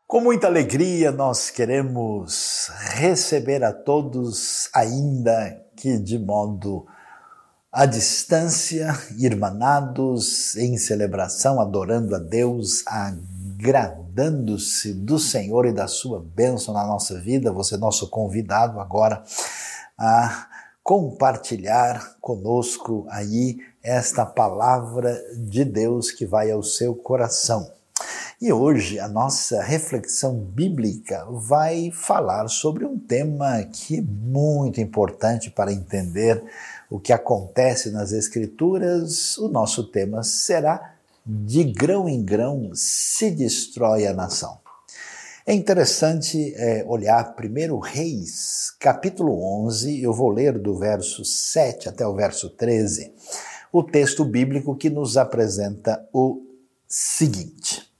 Com muita alegria, nós queremos receber a todos, ainda que de modo à distância, irmanados em celebração, adorando a Deus, agradando-se do Senhor e da sua bênção na nossa vida. Você é nosso convidado agora a compartilhar conosco aí esta palavra de Deus que vai ao seu coração. E hoje a nossa reflexão bíblica vai falar sobre um tema que é muito importante para entender o que acontece nas Escrituras. O nosso tema será: de grão em grão se destrói a nação. É interessante olhar 1 Reis, capítulo 11, eu vou ler do verso 7 até o verso 13, o texto bíblico que nos apresenta o seguinte: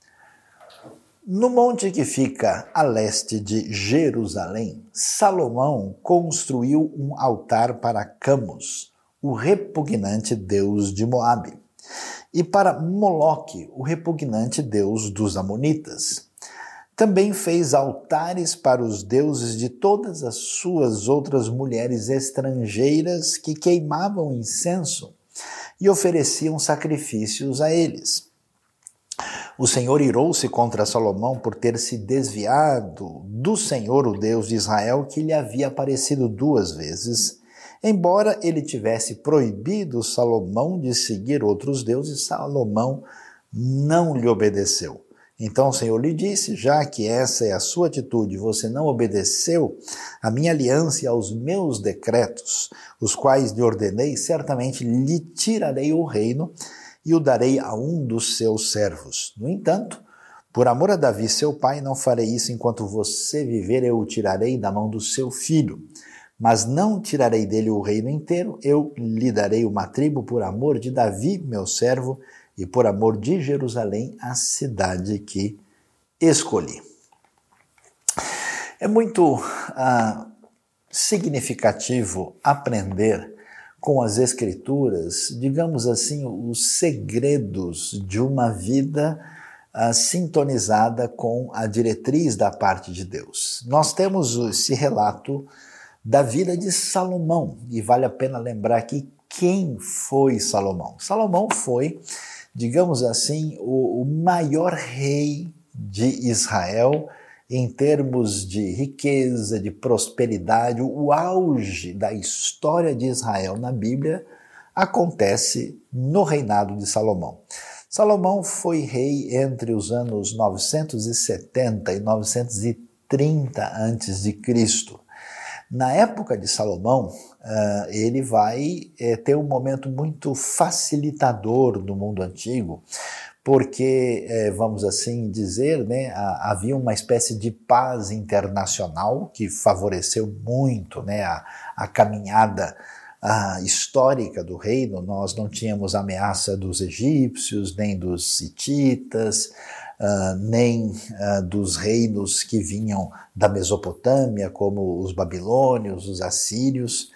No monte que fica a leste de Jerusalém, Salomão construiu um altar para Camus, o repugnante deus de Moabe, e para Moloque, o repugnante deus dos Amonitas. Também fez altares para os deuses de todas as suas outras mulheres estrangeiras que queimavam incenso e ofereciam sacrifícios a eles. O Senhor irou-se contra Salomão por ter se desviado do Senhor, o Deus de Israel, que lhe havia aparecido 2 vezes. Embora ele tivesse proibido Salomão de seguir outros deuses, Salomão não lhe obedeceu. Então o Senhor lhe disse: já que essa é a sua atitude, você não obedeceu à minha aliança e aos meus decretos, os quais lhe ordenei, certamente lhe tirarei o reino e o darei a um dos seus servos. No entanto, por amor a Davi, seu pai, não farei isso enquanto você viver, eu o tirarei da mão do seu filho. Mas não tirarei dele o reino inteiro, eu lhe darei uma tribo por amor de Davi, meu servo, e por amor de Jerusalém, a cidade que escolhi. É muito significativo aprender com as Escrituras, digamos assim, os segredos de uma vida sintonizada com a diretriz da parte de Deus. Nós temos esse relato da vida de Salomão, e vale a pena lembrar aqui quem foi Salomão. Salomão foi, digamos assim, o maior rei de Israel em termos de riqueza, de prosperidade. O auge da história de Israel na Bíblia acontece no reinado de Salomão. Salomão foi rei entre os anos 970 e 930 a.C. Na época de Salomão, ele vai ter um momento muito facilitador do mundo antigo, porque, vamos assim dizer, né, havia uma espécie de paz internacional que favoreceu muito, né, a caminhada histórica do reino. Nós não tínhamos ameaça dos egípcios, nem dos hititas, nem dos reinos que vinham da Mesopotâmia, como os babilônios, os assírios.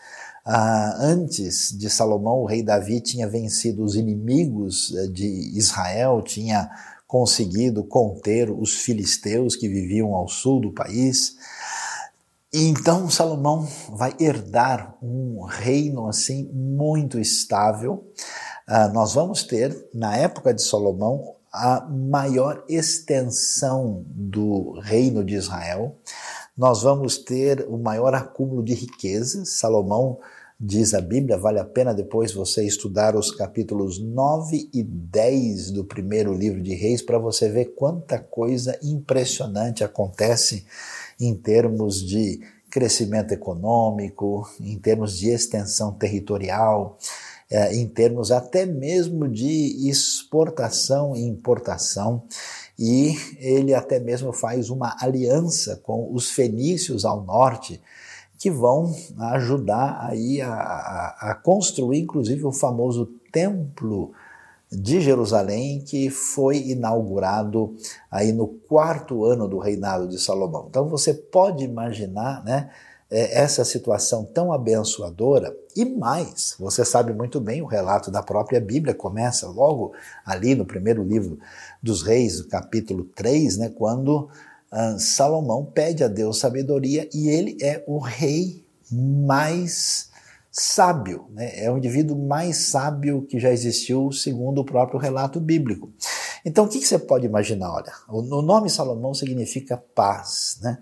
Antes de Salomão, o rei Davi tinha vencido os inimigos de Israel, tinha conseguido conter os filisteus que viviam ao sul do país. E então Salomão vai herdar um reino assim muito estável. Nós vamos ter, na época de Salomão, a maior extensão do reino de Israel. Nós vamos ter o maior acúmulo de riquezas. Salomão, diz a Bíblia, vale a pena depois você estudar os capítulos 9 e 10 do primeiro livro de Reis, para você ver quanta coisa impressionante acontece em termos de crescimento econômico, em termos de extensão territorial, em termos até mesmo de exportação e importação. E ele até mesmo faz uma aliança com os fenícios ao norte, que vão ajudar aí a construir, inclusive, o famoso Templo de Jerusalém, que foi inaugurado aí no 4º ano do reinado de Salomão. Então você pode imaginar, né, essa situação tão abençoadora. E mais, você sabe muito bem, o relato da própria Bíblia começa logo ali no primeiro livro dos Reis, capítulo 3, né, quando Salomão pede a Deus sabedoria e ele é o rei mais sábio, né? É o indivíduo mais sábio que já existiu, segundo o próprio relato bíblico. Então, o que você pode imaginar? Olha, o nome Salomão significa paz, né?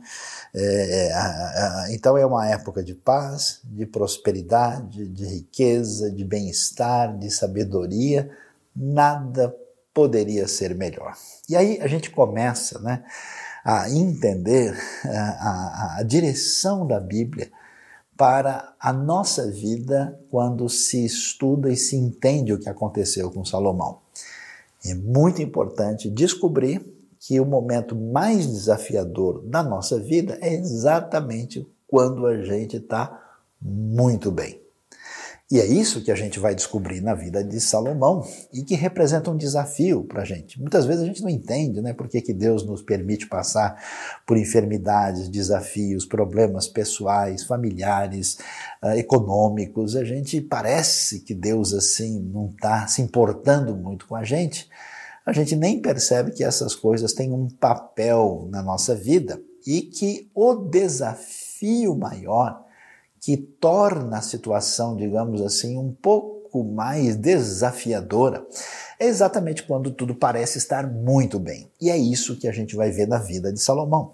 Então, é uma época de paz, de prosperidade, de riqueza, de bem-estar, de sabedoria. Nada poderia ser melhor. E aí a gente começa, né, a entender a direção da Bíblia para a nossa vida quando se estuda e se entende o que aconteceu com Salomão. É muito importante descobrir que o momento mais desafiador da nossa vida é exatamente quando a gente está muito bem. E é isso que a gente vai descobrir na vida de Salomão e que representa um desafio para a gente. Muitas vezes a gente não entende, né, por que Deus nos permite passar por enfermidades, desafios, problemas pessoais, familiares, econômicos. A gente parece que Deus assim não está se importando muito com a gente. A gente nem percebe que essas coisas têm um papel na nossa vida e que o desafio maior que torna a situação, digamos assim, um pouco mais desafiadora, é exatamente quando tudo parece estar muito bem. E é isso que a gente vai ver na vida de Salomão.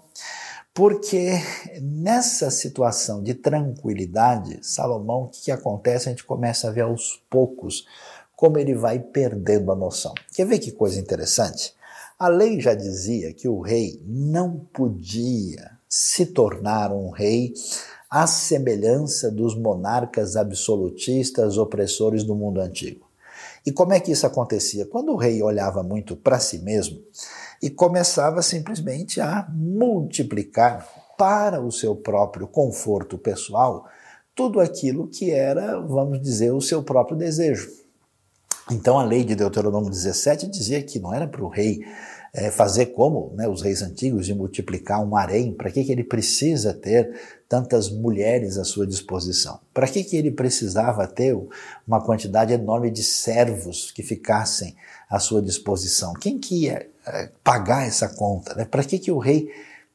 Porque nessa situação de tranquilidade, Salomão, o que acontece? A gente começa a ver aos poucos como ele vai perdendo a noção. Quer ver que coisa interessante? A lei já dizia que o rei não podia se tornar um rei à semelhança dos monarcas absolutistas opressores do mundo antigo. E como é que isso acontecia? Quando o rei olhava muito para si mesmo e começava simplesmente a multiplicar para o seu próprio conforto pessoal tudo aquilo que era, vamos dizer, o seu próprio desejo. Então a lei de Deuteronômio 17 dizia que não era para o rei fazer como, né, os reis antigos, de multiplicar um harém. Para que ele precisa ter tantas mulheres à sua disposição? Para que ele precisava ter uma quantidade enorme de servos que ficassem à sua disposição? Quem que ia pagar essa conta? Né? Para que o rei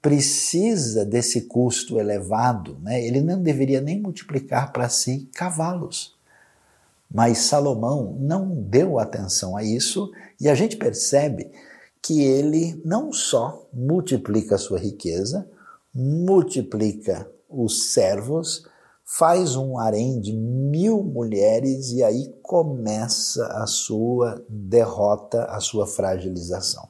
precisa desse custo elevado? Né? Ele não deveria nem multiplicar para si cavalos. Mas Salomão não deu atenção a isso e a gente percebe que ele não só multiplica a sua riqueza, multiplica os servos, faz um harém de 1000 mulheres e aí começa a sua derrota, a sua fragilização.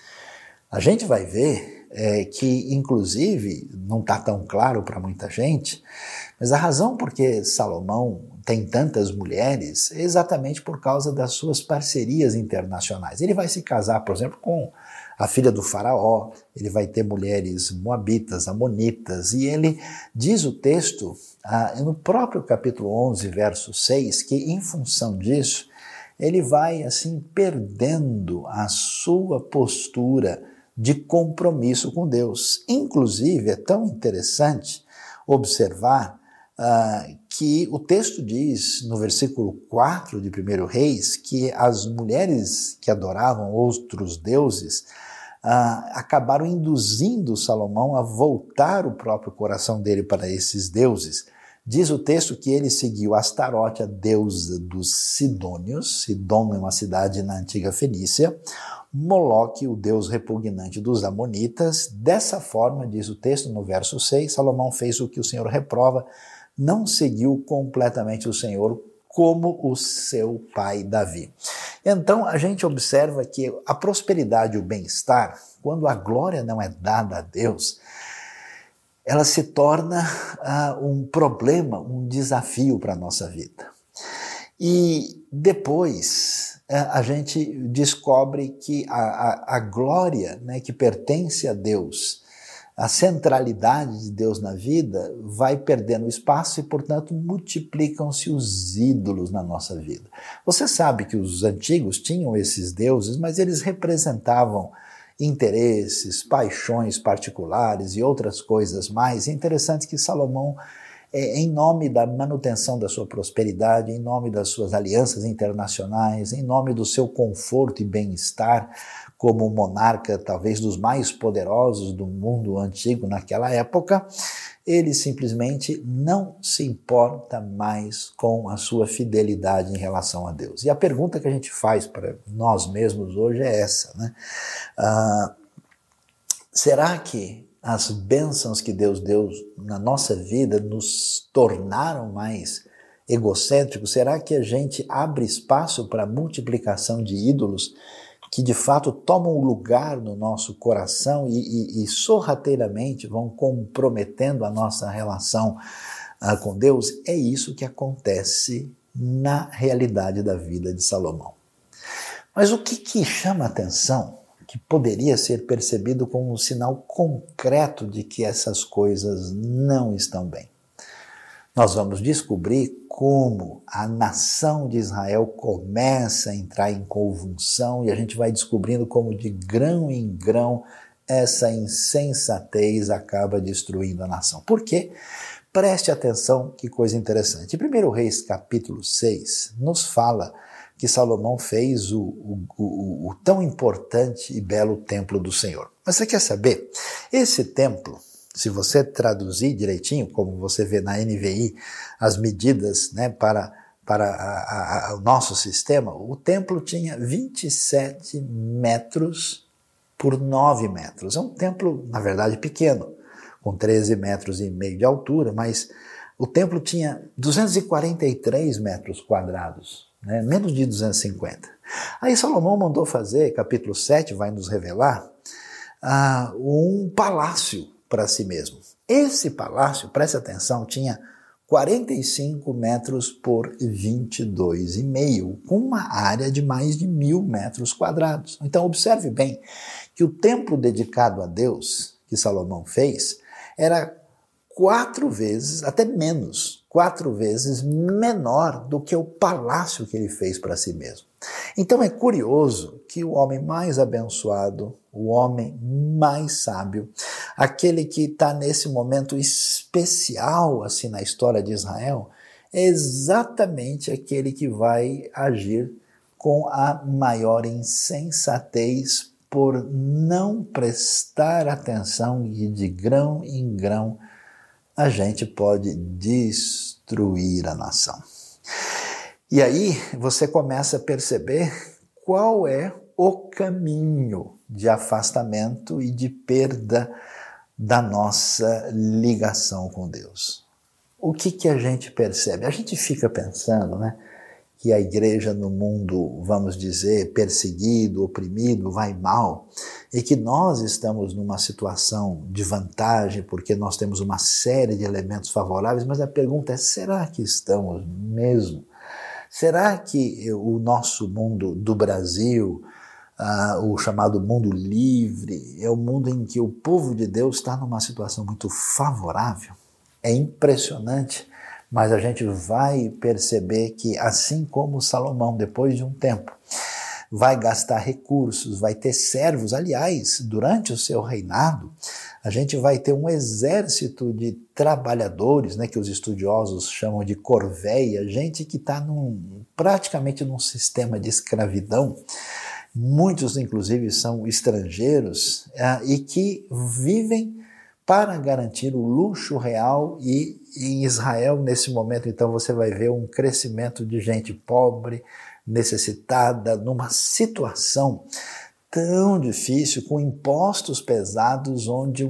A gente vai ver que, inclusive, não está tão claro para muita gente, mas a razão por que Salomão tem tantas mulheres é exatamente por causa das suas parcerias internacionais. Ele vai se casar, por exemplo, com a filha do faraó, ele vai ter mulheres moabitas, amonitas, e ele diz o texto, no próprio capítulo 11, verso 6, que em função disso, ele vai assim perdendo a sua postura de compromisso com Deus. Inclusive, é tão interessante observar que o texto diz, no versículo 4 de 1 Reis, que as mulheres que adoravam outros deuses acabaram induzindo Salomão a voltar o próprio coração dele para esses deuses. Diz o texto que ele seguiu Astarote, a deusa dos Sidônios. Sidom é uma cidade na antiga Fenícia. Moloque, o deus repugnante dos Amonitas. Dessa forma, diz o texto no verso 6, Salomão fez o que o Senhor reprova, não seguiu completamente o Senhor como o seu pai Davi. Então a gente observa que a prosperidade e o bem-estar, quando a glória não é dada a Deus, ela se torna um problema, um desafio para a nossa vida. E depois a gente descobre que a glória, né, que pertence a Deus, a centralidade de Deus na vida vai perdendo espaço e, portanto, multiplicam-se os ídolos na nossa vida. Você sabe que os antigos tinham esses deuses, mas eles representavam interesses, paixões particulares e outras coisas mais. É interessante que Salomão em nome da manutenção da sua prosperidade, em nome das suas alianças internacionais, em nome do seu conforto e bem-estar, como monarca talvez dos mais poderosos do mundo antigo naquela época, ele simplesmente não se importa mais com a sua fidelidade em relação a Deus. E a pergunta que a gente faz para nós mesmos hoje é essa, né? Será que as bênçãos que Deus deu na nossa vida nos tornaram mais egocêntricos? Será que a gente abre espaço para a multiplicação de ídolos que de fato tomam lugar no nosso coração e sorrateiramente vão comprometendo a nossa relação com Deus? É isso que acontece na realidade da vida de Salomão. Mas o que chama a atenção, que poderia ser percebido como um sinal concreto de que essas coisas não estão bem? Nós vamos descobrir como a nação de Israel começa a entrar em convulsão e a gente vai descobrindo como de grão em grão essa insensatez acaba destruindo a nação. Por quê? Preste atenção, que coisa interessante. Em 1 Reis capítulo 6 nos fala que Salomão fez o tão importante e belo templo do Senhor. Mas você quer saber? Esse templo, se você traduzir direitinho, como você vê na NVI, as medidas, né, para o nosso sistema, o templo tinha 27 metros por 9 metros. É um templo, na verdade, pequeno, com 13 metros e meio de altura, mas o templo tinha 243 metros quadrados, né, menos de 250. Aí Salomão mandou fazer, capítulo 7 vai nos revelar, um palácio para si mesmo. Esse palácio, preste atenção, tinha 45 metros por 22,5, com uma área de mais de 1.000 metros quadrados. Então observe bem que o templo dedicado a Deus, que Salomão fez, era 4 vezes, até menos, 4 vezes menor do que o palácio que ele fez para si mesmo. Então é curioso que o homem mais abençoado, o homem mais sábio, aquele que está nesse momento especial assim na história de Israel, é exatamente aquele que vai agir com a maior insensatez por não prestar atenção e de grão em grão a gente pode destruir a nação. E aí você começa a perceber qual é o caminho de afastamento e de perda da nossa ligação com Deus. O que a gente percebe? A gente fica pensando, né, que a igreja no mundo, vamos dizer, perseguido, oprimido, vai mal, e que nós estamos numa situação de vantagem porque nós temos uma série de elementos favoráveis, mas a pergunta é, será que estamos mesmo? Será que o nosso mundo do Brasil, o chamado mundo livre, é o mundo em que o povo de Deus está numa situação muito favorável? É impressionante, mas a gente vai perceber que, assim como Salomão, depois de um tempo, vai gastar recursos, vai ter servos. Aliás, durante o seu reinado, a gente vai ter um exército de trabalhadores, né, que os estudiosos chamam de corveia, gente que está praticamente num sistema de escravidão. Muitos, inclusive, são estrangeiros e que vivem para garantir o luxo real, e em Israel, nesse momento, então, você vai ver um crescimento de gente pobre, necessitada, numa situação tão difícil, com impostos pesados, onde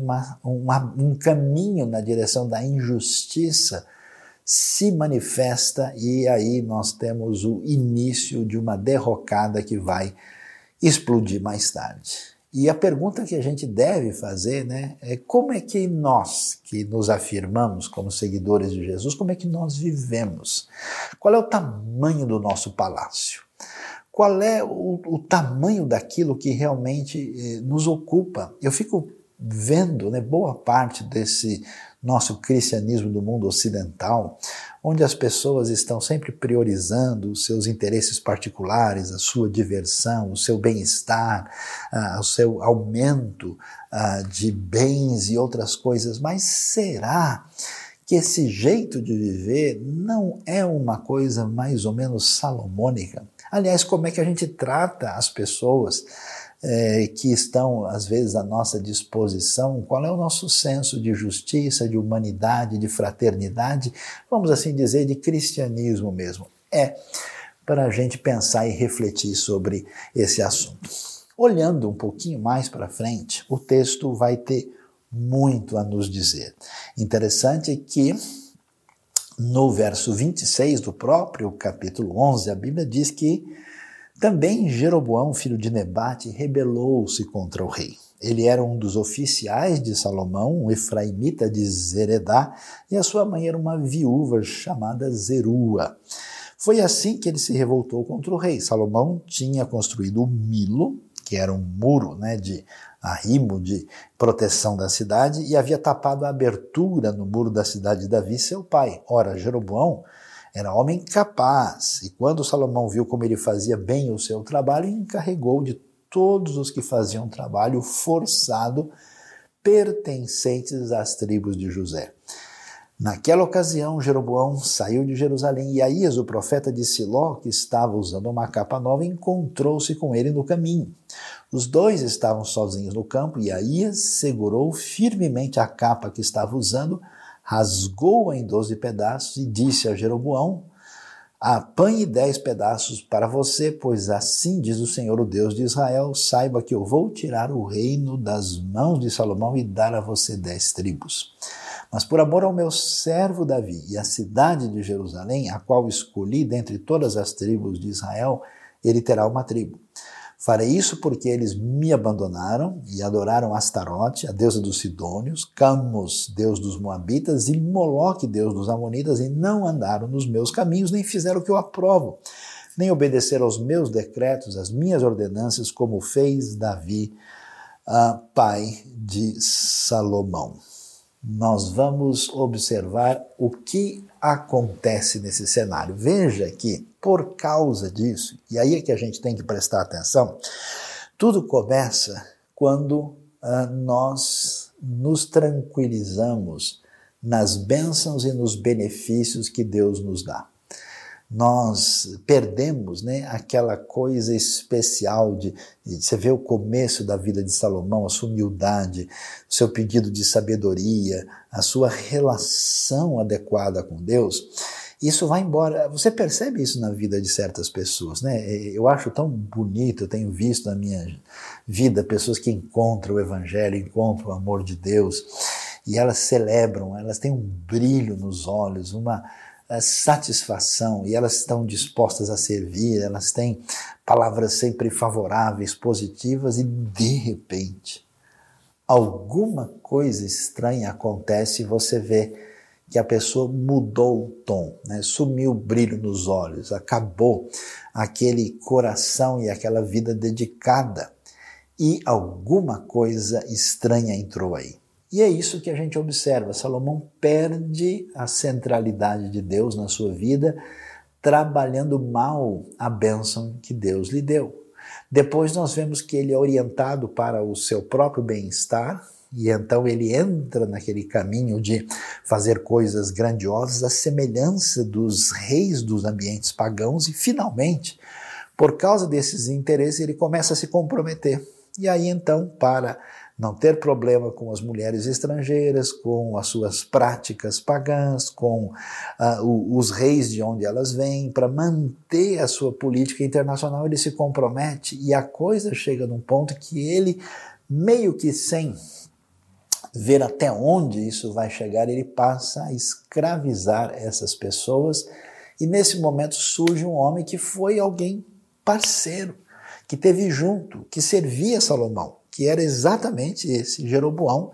um caminho na direção da injustiça se manifesta, e aí nós temos o início de uma derrocada que vai explodir mais tarde. E a pergunta que a gente deve fazer, né, é como é que nós, que nos afirmamos como seguidores de Jesus, como é que nós vivemos? Qual é o tamanho do nosso palácio? Qual é o tamanho daquilo que realmente nos ocupa? Eu fico vendo, né, boa parte desse nosso cristianismo do mundo ocidental, onde as pessoas estão sempre priorizando os seus interesses particulares, a sua diversão, o seu bem-estar, o seu aumento de bens e outras coisas. Mas será que esse jeito de viver não é uma coisa mais ou menos salomônica. Aliás, como é que a gente trata as pessoas que estão, às vezes, à nossa disposição? Qual é o nosso senso de justiça, de humanidade, de fraternidade, vamos assim dizer, de cristianismo mesmo? Para a gente pensar e refletir sobre esse assunto. Olhando um pouquinho mais para frente, o texto vai ter muito a nos dizer. Interessante que no verso 26 do próprio capítulo 11, a Bíblia diz que também Jeroboão, filho de Nebate, rebelou-se contra o rei. Ele era um dos oficiais de Salomão, um efraimita de Zeredá, e a sua mãe era uma viúva chamada Zerua. Foi assim que ele se revoltou contra o rei. Salomão tinha construído o Milo, que era um muro de arrimo, de proteção da cidade, e havia tapado a abertura no muro da cidade de Davi, seu pai. Ora, Jeroboão era homem capaz, e quando Salomão viu como ele fazia bem o seu trabalho, encarregou de todos os que faziam trabalho forçado pertencentes às tribos de José. Naquela ocasião, Jeroboão saiu de Jerusalém e Aías, o profeta de Siló, que estava usando uma capa nova, encontrou-se com ele no caminho. Os dois estavam sozinhos no campo e Aías segurou firmemente a capa que estava usando, rasgou-a em 12 pedaços e disse a Jeroboão: apanhe 10 pedaços para você, pois assim diz o Senhor, o Deus de Israel, saiba que eu vou tirar o reino das mãos de Salomão e dar a você 10 tribos. Mas por amor ao meu servo Davi e à cidade de Jerusalém, a qual escolhi dentre todas as tribos de Israel, ele terá uma tribo. Farei isso porque eles me abandonaram e adoraram Astarote, a deusa dos Sidônios, Camus, deus dos Moabitas, e Moloque, deus dos Amonitas, e não andaram nos meus caminhos, nem fizeram o que eu aprovo, nem obedeceram aos meus decretos, às minhas ordenanças, como fez Davi, pai de Salomão. Nós vamos observar o que acontece nesse cenário. Veja que, por causa disso, e aí é que a gente tem que prestar atenção, tudo começa quando nós nos tranquilizamos nas bênçãos e nos benefícios que Deus nos dá. Nós perdemos aquela coisa especial de você vê o começo da vida de Salomão, a sua humildade, o seu pedido de sabedoria, a sua relação adequada com Deus. Isso vai embora. Você percebe isso na vida de certas pessoas, Eu acho tão bonito, eu tenho visto na minha vida pessoas que encontram o Evangelho, encontram o amor de Deus, e elas celebram, elas têm um brilho nos olhos, uma satisfação, e elas estão dispostas a servir, elas têm palavras sempre favoráveis, positivas, e de repente alguma coisa estranha acontece e você vê que a pessoa mudou o tom, sumiu o brilho nos olhos, acabou aquele coração e aquela vida dedicada, e alguma coisa estranha entrou aí. E é isso que a gente observa. Salomão perde a centralidade de Deus na sua vida, trabalhando mal a bênção que Deus lhe deu. Depois nós vemos que ele é orientado para o seu próprio bem-estar, e então ele entra naquele caminho de fazer coisas grandiosas, à semelhança dos reis dos ambientes pagãos, e finalmente, por causa desses interesses, ele começa a se comprometer. E aí então, para não ter problema com as mulheres estrangeiras, com as suas práticas pagãs, com os reis de onde elas vêm, para manter a sua política internacional, ele se compromete, e a coisa chega num ponto que ele, meio que sem ver até onde isso vai chegar, ele passa a escravizar essas pessoas, e nesse momento surge um homem que foi alguém parceiro, que teve junto, que servia Salomão, que era exatamente esse Jeroboão,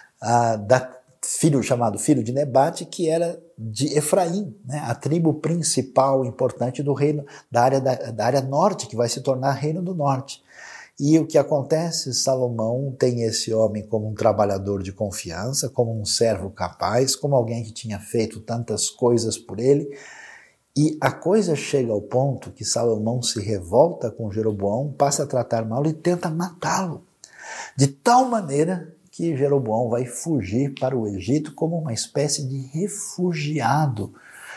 chamado filho de Nebate, que era de Efraim, a tribo principal importante do reino, da área norte, que vai se tornar reino do norte. E o que acontece? Salomão tem esse homem como um trabalhador de confiança, como um servo capaz, como alguém que tinha feito tantas coisas por ele, e a coisa chega ao ponto que Salomão se revolta com Jeroboão, passa a tratar mal e tenta matá-lo. De tal maneira que Jeroboão vai fugir para o Egito como uma espécie de refugiado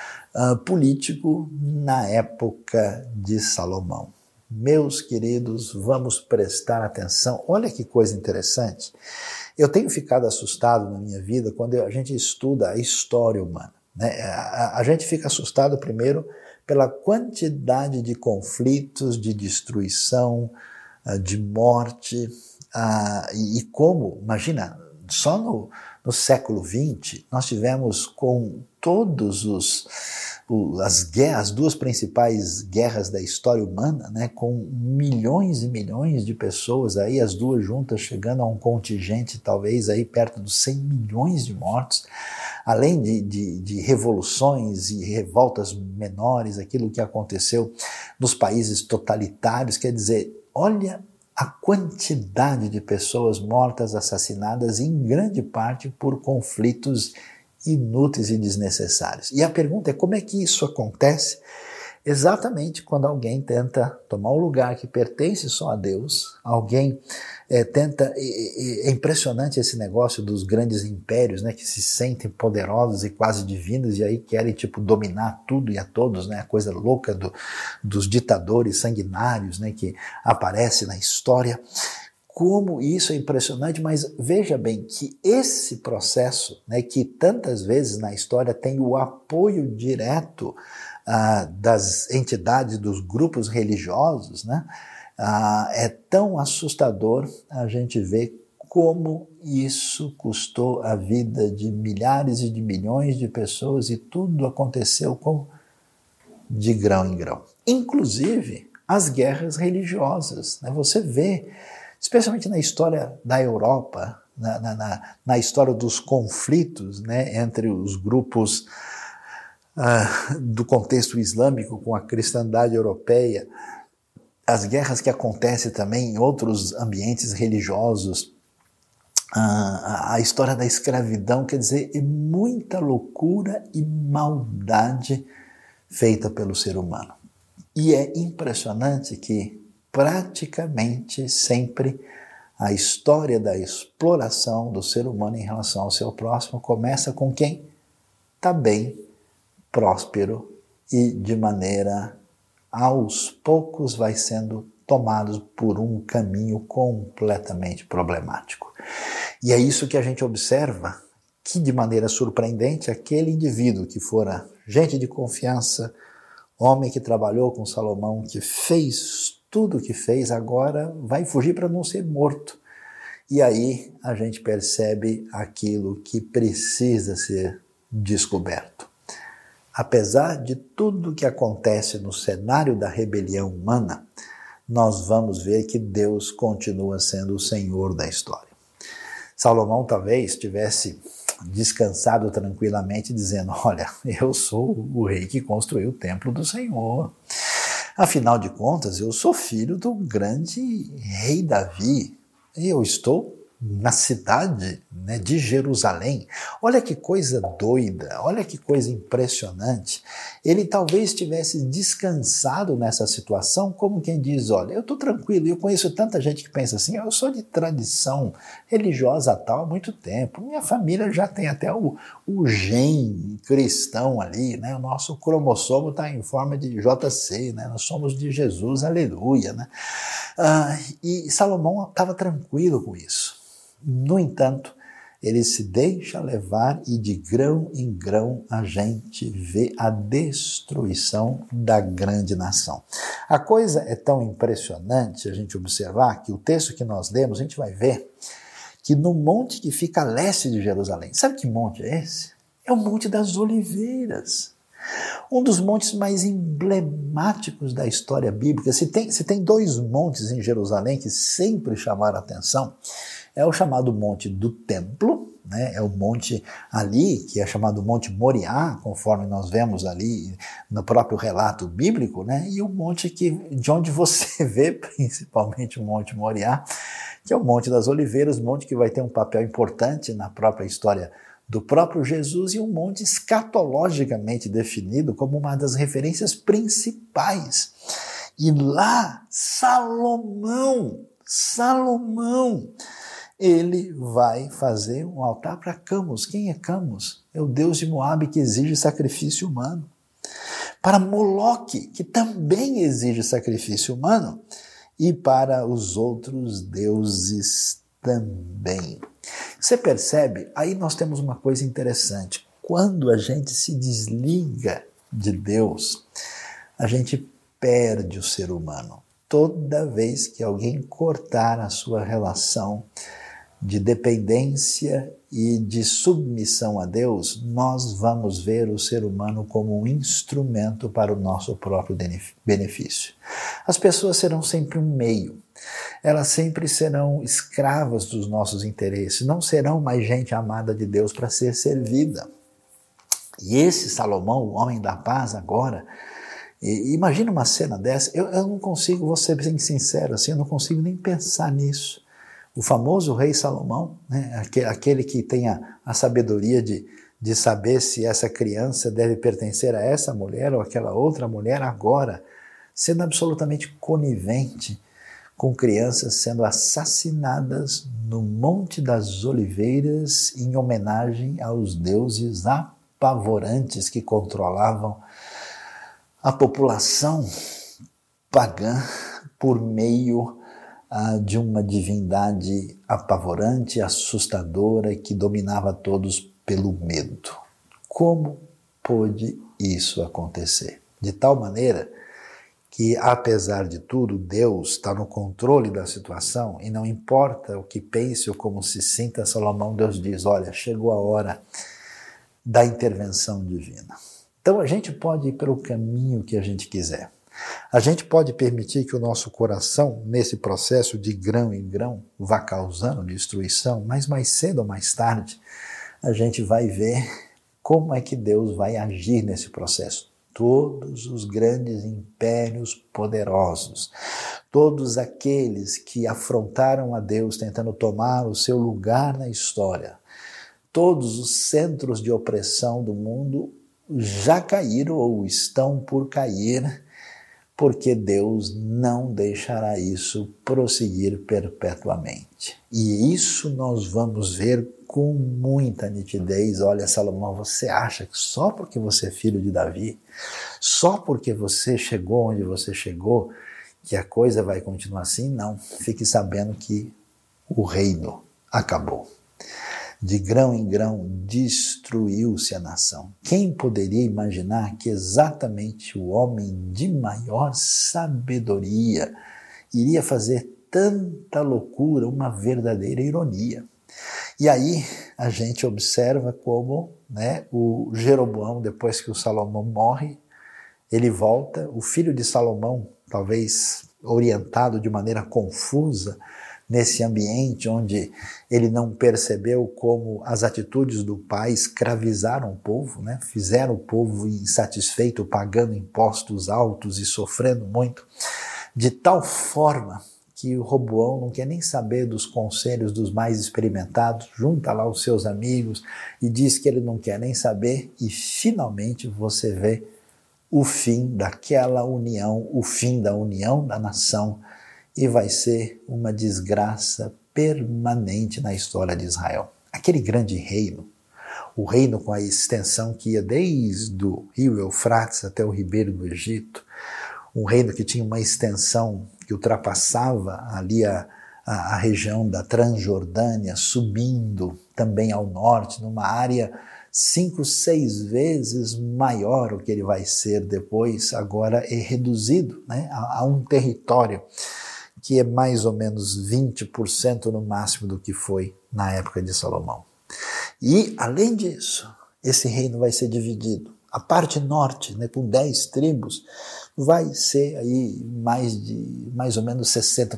político na época de Salomão. Meus queridos, vamos prestar atenção. Olha que coisa interessante. Eu tenho ficado assustado na minha vida quando a gente estuda a história humana, né? A gente fica assustado primeiro pela quantidade de conflitos, de destruição, de morte, e como, imagina, só no século XX nós tivemos com todos as duas principais guerras da história humana, né, com milhões e milhões de pessoas, aí as duas juntas chegando a um contingente talvez aí perto dos 100 milhões de mortos, além de revoluções e revoltas menores, aquilo que aconteceu nos países totalitários. Quer dizer, olha a quantidade de pessoas mortas, assassinadas, em grande parte por conflitos inúteis e desnecessários. E a pergunta é como é que isso acontece? Exatamente quando alguém tenta tomar um lugar que pertence só a Deus, alguém tenta, é impressionante esse negócio dos grandes impérios, né, que se sentem poderosos e quase divinos e aí querem dominar tudo e a todos, né, a coisa louca dos ditadores sanguinários, né, que aparece na história. Como isso é impressionante, mas veja bem que esse processo, né, que tantas vezes na história tem o apoio direto das entidades, dos grupos religiosos, né, é tão assustador a gente ver como isso custou a vida de milhares e de milhões de pessoas e tudo aconteceu de grão em grão. Inclusive as guerras religiosas, né, você vê especialmente na história da Europa, na história dos conflitos, né, entre os grupos do contexto islâmico com a cristandade europeia, as guerras que acontecem também em outros ambientes religiosos, a história da escravidão, quer dizer, é muita loucura e maldade feita pelo ser humano. E é impressionante que praticamente sempre a história da exploração do ser humano em relação ao seu próximo começa com quem está bem, próspero e de maneira aos poucos vai sendo tomado por um caminho completamente problemático. E é isso que a gente observa que de maneira surpreendente aquele indivíduo que fora gente de confiança, homem que trabalhou com Salomão, que fez tudo o que fez, agora vai fugir para não ser morto. E aí a gente percebe aquilo que precisa ser descoberto. Apesar de tudo que acontece no cenário da rebelião humana, nós vamos ver que Deus continua sendo o Senhor da história. Salomão talvez tivesse descansado tranquilamente dizendo, olha, eu sou o rei que construiu o templo do Senhor. Afinal de contas, eu sou filho do grande rei Davi. E eu estou na cidade, né, de Jerusalém. Olha que coisa doida, olha que coisa impressionante. Ele talvez tivesse descansado nessa situação, como quem diz, olha, eu estou tranquilo, eu conheço tanta gente que pensa assim, eu sou de tradição religiosa tal há muito tempo, minha família já tem até o gene cristão ali, né? O nosso cromossomo está em forma de JC, né? Nós somos de Jesus, aleluia, né? E Salomão estava tranquilo com isso. No entanto, ele se deixa levar e de grão em grão a gente vê a destruição da grande nação. A coisa é tão impressionante a gente observar que o texto que nós lemos, a gente vai ver que no monte que fica a leste de Jerusalém, sabe que monte é esse? É o Monte das Oliveiras. Um dos montes mais emblemáticos da história bíblica. Se tem dois montes em Jerusalém que sempre chamaram a atenção, é o chamado Monte do Templo, né? É o monte ali, que é chamado Monte Moriá, conforme nós vemos ali no próprio relato bíblico, né? E o monte de onde você vê principalmente o Monte Moriá, que é o Monte das Oliveiras, monte que vai ter um papel importante na própria história do próprio Jesus e um monte escatologicamente definido como uma das referências principais. E lá, Salomão, ele vai fazer um altar para Camus. Quem é Camus? É o deus de Moabe que exige sacrifício humano. Para Moloque, que também exige sacrifício humano. E para os outros deuses também. Você percebe? Aí nós temos uma coisa interessante. Quando a gente se desliga de Deus, a gente perde o ser humano. Toda vez que alguém cortar a sua relação de dependência e de submissão a Deus, nós vamos ver o ser humano como um instrumento para o nosso próprio benefício. As pessoas serão sempre um meio. Elas sempre serão escravas dos nossos interesses, não serão mais gente amada de Deus para ser servida. E esse Salomão, o homem da paz agora, imagina uma cena dessa, eu não consigo, vou ser bem sincero, assim, eu não consigo nem pensar nisso. O famoso rei Salomão, né, aquele que tem a sabedoria de saber se essa criança deve pertencer a essa mulher ou aquela outra mulher, agora, sendo absolutamente conivente com crianças sendo assassinadas no Monte das Oliveiras em homenagem aos deuses apavorantes que controlavam a população pagã por meio de uma divindade apavorante, assustadora, que dominava todos pelo medo. Como pôde isso acontecer? De tal maneira que, apesar de tudo, Deus está no controle da situação e não importa o que pense ou como se sinta Salomão, Deus diz, olha, chegou a hora da intervenção divina. Então a gente pode ir pelo caminho que a gente quiser. A gente pode permitir que o nosso coração, nesse processo de grão em grão, vá causando destruição, mas mais cedo ou mais tarde, a gente vai ver como é que Deus vai agir nesse processo. Todos os grandes impérios poderosos, todos aqueles que afrontaram a Deus tentando tomar o seu lugar na história, todos os centros de opressão do mundo já caíram ou estão por cair, porque Deus não deixará isso prosseguir perpetuamente. E isso nós vamos ver com muita nitidez. Olha, Salomão, você acha que só porque você é filho de Davi, só porque você chegou onde você chegou, que a coisa vai continuar assim? Não. Fique sabendo que o reino acabou. De grão em grão destruiu-se a nação. Quem poderia imaginar que exatamente o homem de maior sabedoria iria fazer tanta loucura, uma verdadeira ironia? E aí a gente observa como, o Jeroboão, depois que o Salomão morre, ele volta, o filho de Salomão, talvez orientado de maneira confusa, nesse ambiente onde ele não percebeu como as atitudes do pai escravizaram o povo, fizeram o povo insatisfeito, pagando impostos altos e sofrendo muito, de tal forma que o Roboão não quer nem saber dos conselhos dos mais experimentados, junta lá os seus amigos e diz que ele não quer nem saber, e finalmente você vê o fim daquela união, o fim da união da nação, e vai ser uma desgraça permanente na história de Israel. Aquele grande reino, o reino com a extensão que ia desde o rio Eufrates até o ribeiro do Egito, um reino que tinha uma extensão que ultrapassava ali a região da Transjordânia, subindo também ao norte, numa área 5, 6 vezes maior o que ele vai ser depois, agora é reduzido a um território que é mais ou menos 20% no máximo do que foi na época de Salomão. E, além disso, esse reino vai ser dividido. A parte norte, com 10 tribos, vai ser aí mais ou menos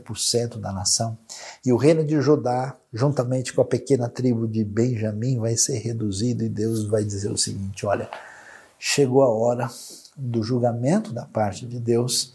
60% da nação. E o reino de Judá, juntamente com a pequena tribo de Benjamim, vai ser reduzido, e Deus vai dizer o seguinte, olha, chegou a hora do julgamento da parte de Deus,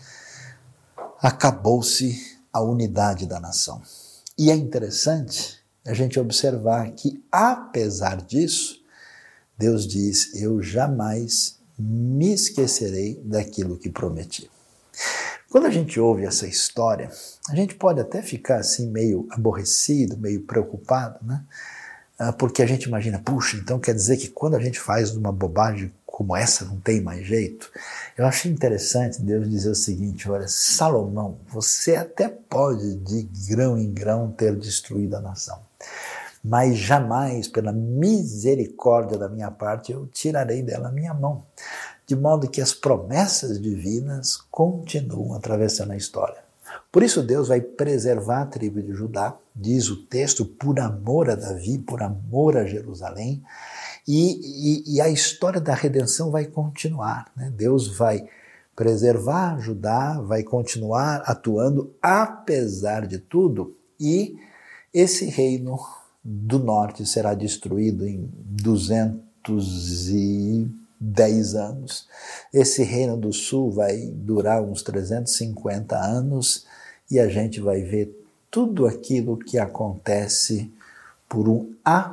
acabou-se a unidade da nação. E é interessante a gente observar que, apesar disso, Deus diz, eu jamais me esquecerei daquilo que prometi. Quando a gente ouve essa história, a gente pode até ficar assim meio aborrecido, meio preocupado, né? Porque a gente imagina, puxa, então quer dizer que quando a gente faz uma bobagem como essa não tem mais jeito? Eu achei interessante Deus dizer o seguinte, olha, Salomão, você até pode de grão em grão ter destruído a nação, mas jamais, pela misericórdia da minha parte, eu tirarei dela a minha mão, de modo que as promessas divinas continuam atravessando a história. Por isso Deus vai preservar a tribo de Judá, diz o texto, por amor a Davi, por amor a Jerusalém, e a história da redenção vai continuar, né? Deus vai preservar Judá, vai continuar atuando apesar de tudo, e esse reino do norte será destruído em 210 anos. Esse reino do sul vai durar uns 350 anos e a gente vai ver tudo aquilo que acontece por um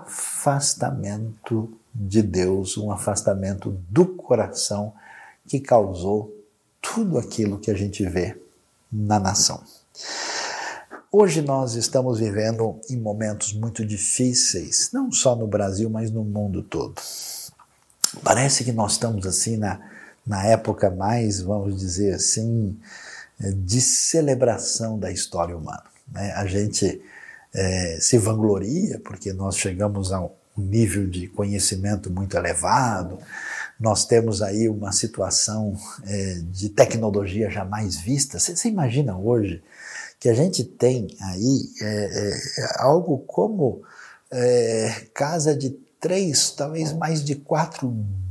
afastamento de Deus, um afastamento do coração que causou tudo aquilo que a gente vê na nação. Hoje nós estamos vivendo em momentos muito difíceis, não só no Brasil, mas no mundo todo. Parece que nós estamos assim na época mais, vamos dizer assim, de celebração da história humana, né? A gente se vangloria porque nós chegamos a um nível de conhecimento muito elevado, nós temos aí uma situação de tecnologia jamais vista. Você imagina hoje que a gente tem aí algo como casa de 3, talvez mais de 4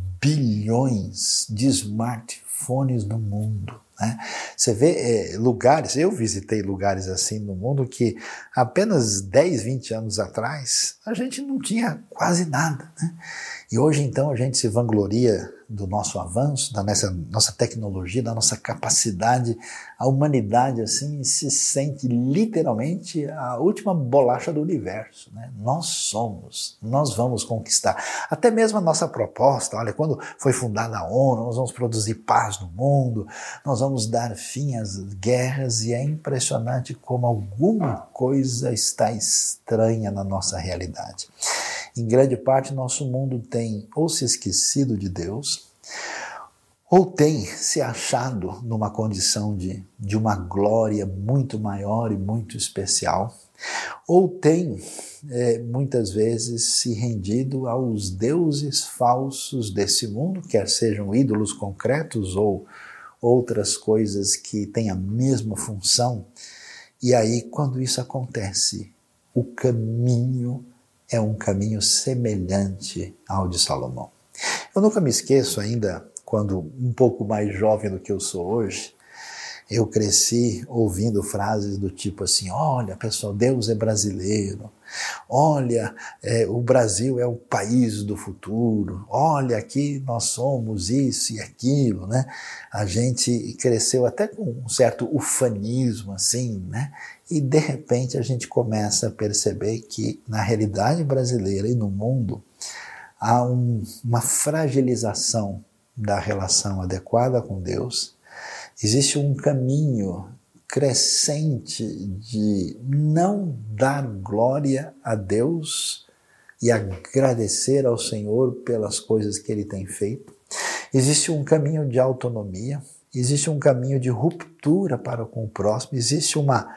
bilhões de smartphones no mundo, né? Você vê lugares, eu visitei lugares assim no mundo que apenas 10, 20 anos atrás a gente não tinha quase nada, né? E hoje então a gente se vangloria do nosso avanço, da nossa tecnologia, da nossa capacidade. A humanidade assim se sente literalmente a última bolacha do universo, né? Nós vamos conquistar. Até mesmo a nossa proposta, olha, quando foi fundada a ONU, nós vamos produzir paz no mundo, nós vamos dar fim às guerras, e é impressionante como alguma coisa está estranha na nossa realidade. Em grande parte, nosso mundo tem ou se esquecido de Deus, ou tem se achado numa condição de uma glória muito maior e muito especial, ou tem muitas vezes se rendido aos deuses falsos desse mundo, quer sejam ídolos concretos ou outras coisas que têm a mesma função. E aí, quando isso acontece, o caminho é um caminho semelhante ao de Salomão. Eu nunca me esqueço ainda, quando um pouco mais jovem do que eu sou hoje, eu cresci ouvindo frases do tipo assim, olha pessoal, Deus é brasileiro, olha, o Brasil é o país do futuro, olha, aqui nós somos isso e aquilo, né? A gente cresceu até com um certo ufanismo assim, né? E de repente a gente começa a perceber que na realidade brasileira e no mundo há uma fragilização da relação adequada com Deus. Existe um caminho crescente de não dar glória a Deus e agradecer ao Senhor pelas coisas que Ele tem feito. Existe um caminho de autonomia, existe um caminho de ruptura para com o próximo, existe uma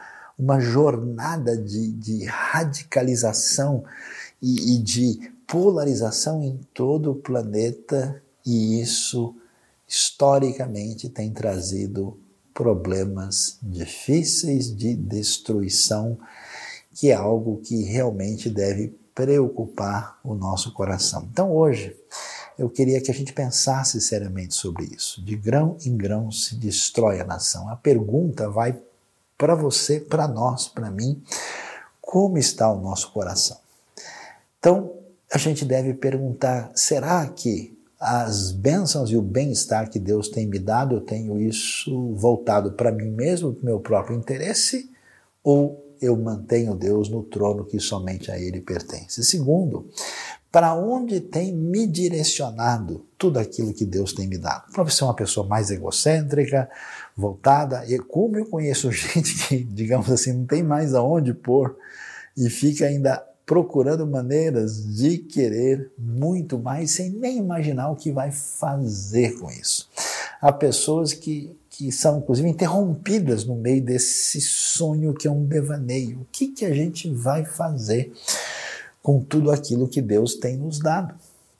jornada de radicalização e de polarização em todo o planeta, e isso historicamente tem trazido problemas difíceis de destruição, que é algo que realmente deve preocupar o nosso coração. Então hoje eu queria que a gente pensasse seriamente sobre isso. De grão em grão se destrói a nação. A pergunta vai para você, para nós, para mim, como está o nosso coração? Então a gente deve perguntar, será que as bênçãos e o bem-estar que Deus tem me dado, eu tenho isso voltado para mim mesmo, para o meu próprio interesse, ou eu mantenho Deus no trono que somente a Ele pertence. Segundo, para onde tem me direcionado tudo aquilo que Deus tem me dado? Para ser uma pessoa mais egocêntrica, voltada, e como eu conheço gente que, digamos assim, não tem mais aonde pôr e fica ainda procurando maneiras de querer muito mais sem nem imaginar o que vai fazer com isso. Há pessoas que são, inclusive, interrompidas no meio desse sonho que é um devaneio. O que a gente vai fazer com tudo aquilo que Deus tem nos dado?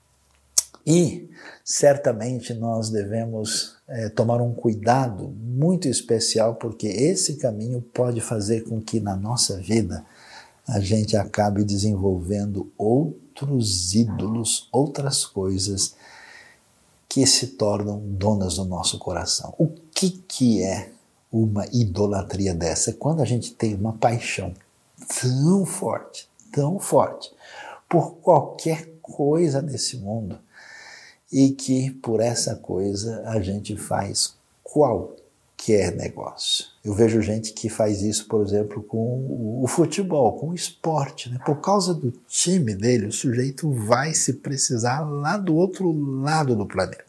E, certamente, nós devemos tomar um cuidado muito especial, porque esse caminho pode fazer com que, na nossa vida, a gente acabe desenvolvendo outros ídolos, outras coisas que se tornam donas do nosso coração. O que é uma idolatria dessa? É quando a gente tem uma paixão tão forte, por qualquer coisa nesse mundo, e que por essa coisa a gente faz qualquer negócio. Eu vejo gente que faz isso, por exemplo, com o futebol, com o esporte, né? Por causa do time dele, o sujeito vai se precisar lá do outro lado do planeta.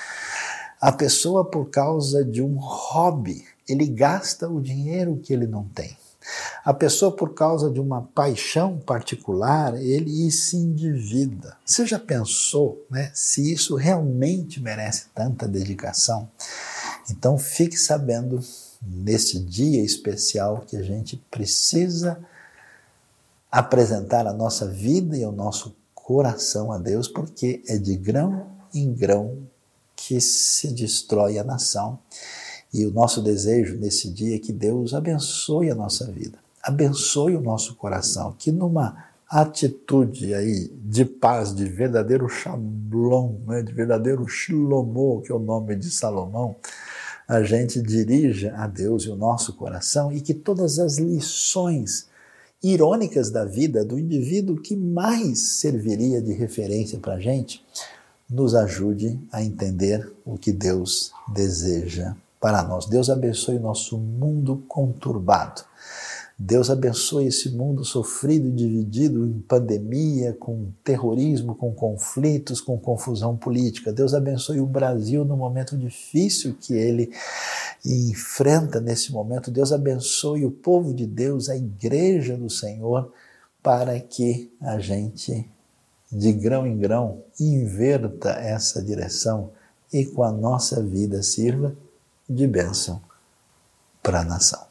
A pessoa, por causa de um hobby, ele gasta o dinheiro que ele não tem. A pessoa, por causa de uma paixão particular, ele se endivida. Você já pensou, né, se isso realmente merece tanta dedicação? Então fique sabendo, nesse dia especial, que a gente precisa apresentar a nossa vida e o nosso coração a Deus, porque é de grão em grão que se destrói a nação. E o nosso desejo nesse dia é que Deus abençoe a nossa vida, abençoe o nosso coração, que numa atitude aí de paz, de verdadeiro shalom, né, de verdadeiro shlomo, que é o nome de Salomão, a gente dirija a Deus e o nosso coração, e que todas as lições irônicas da vida do indivíduo que mais serviria de referência para a gente, nos ajude a entender o que Deus deseja para nós. Deus abençoe o nosso mundo conturbado. Deus abençoe esse mundo sofrido e dividido em pandemia, com terrorismo, com conflitos, com confusão política. Deus abençoe o Brasil no momento difícil que ele enfrenta nesse momento. Deus abençoe o povo de Deus, a igreja do Senhor, para que a gente, de grão em grão, inverta essa direção e com a nossa vida sirva de bênção para a nação.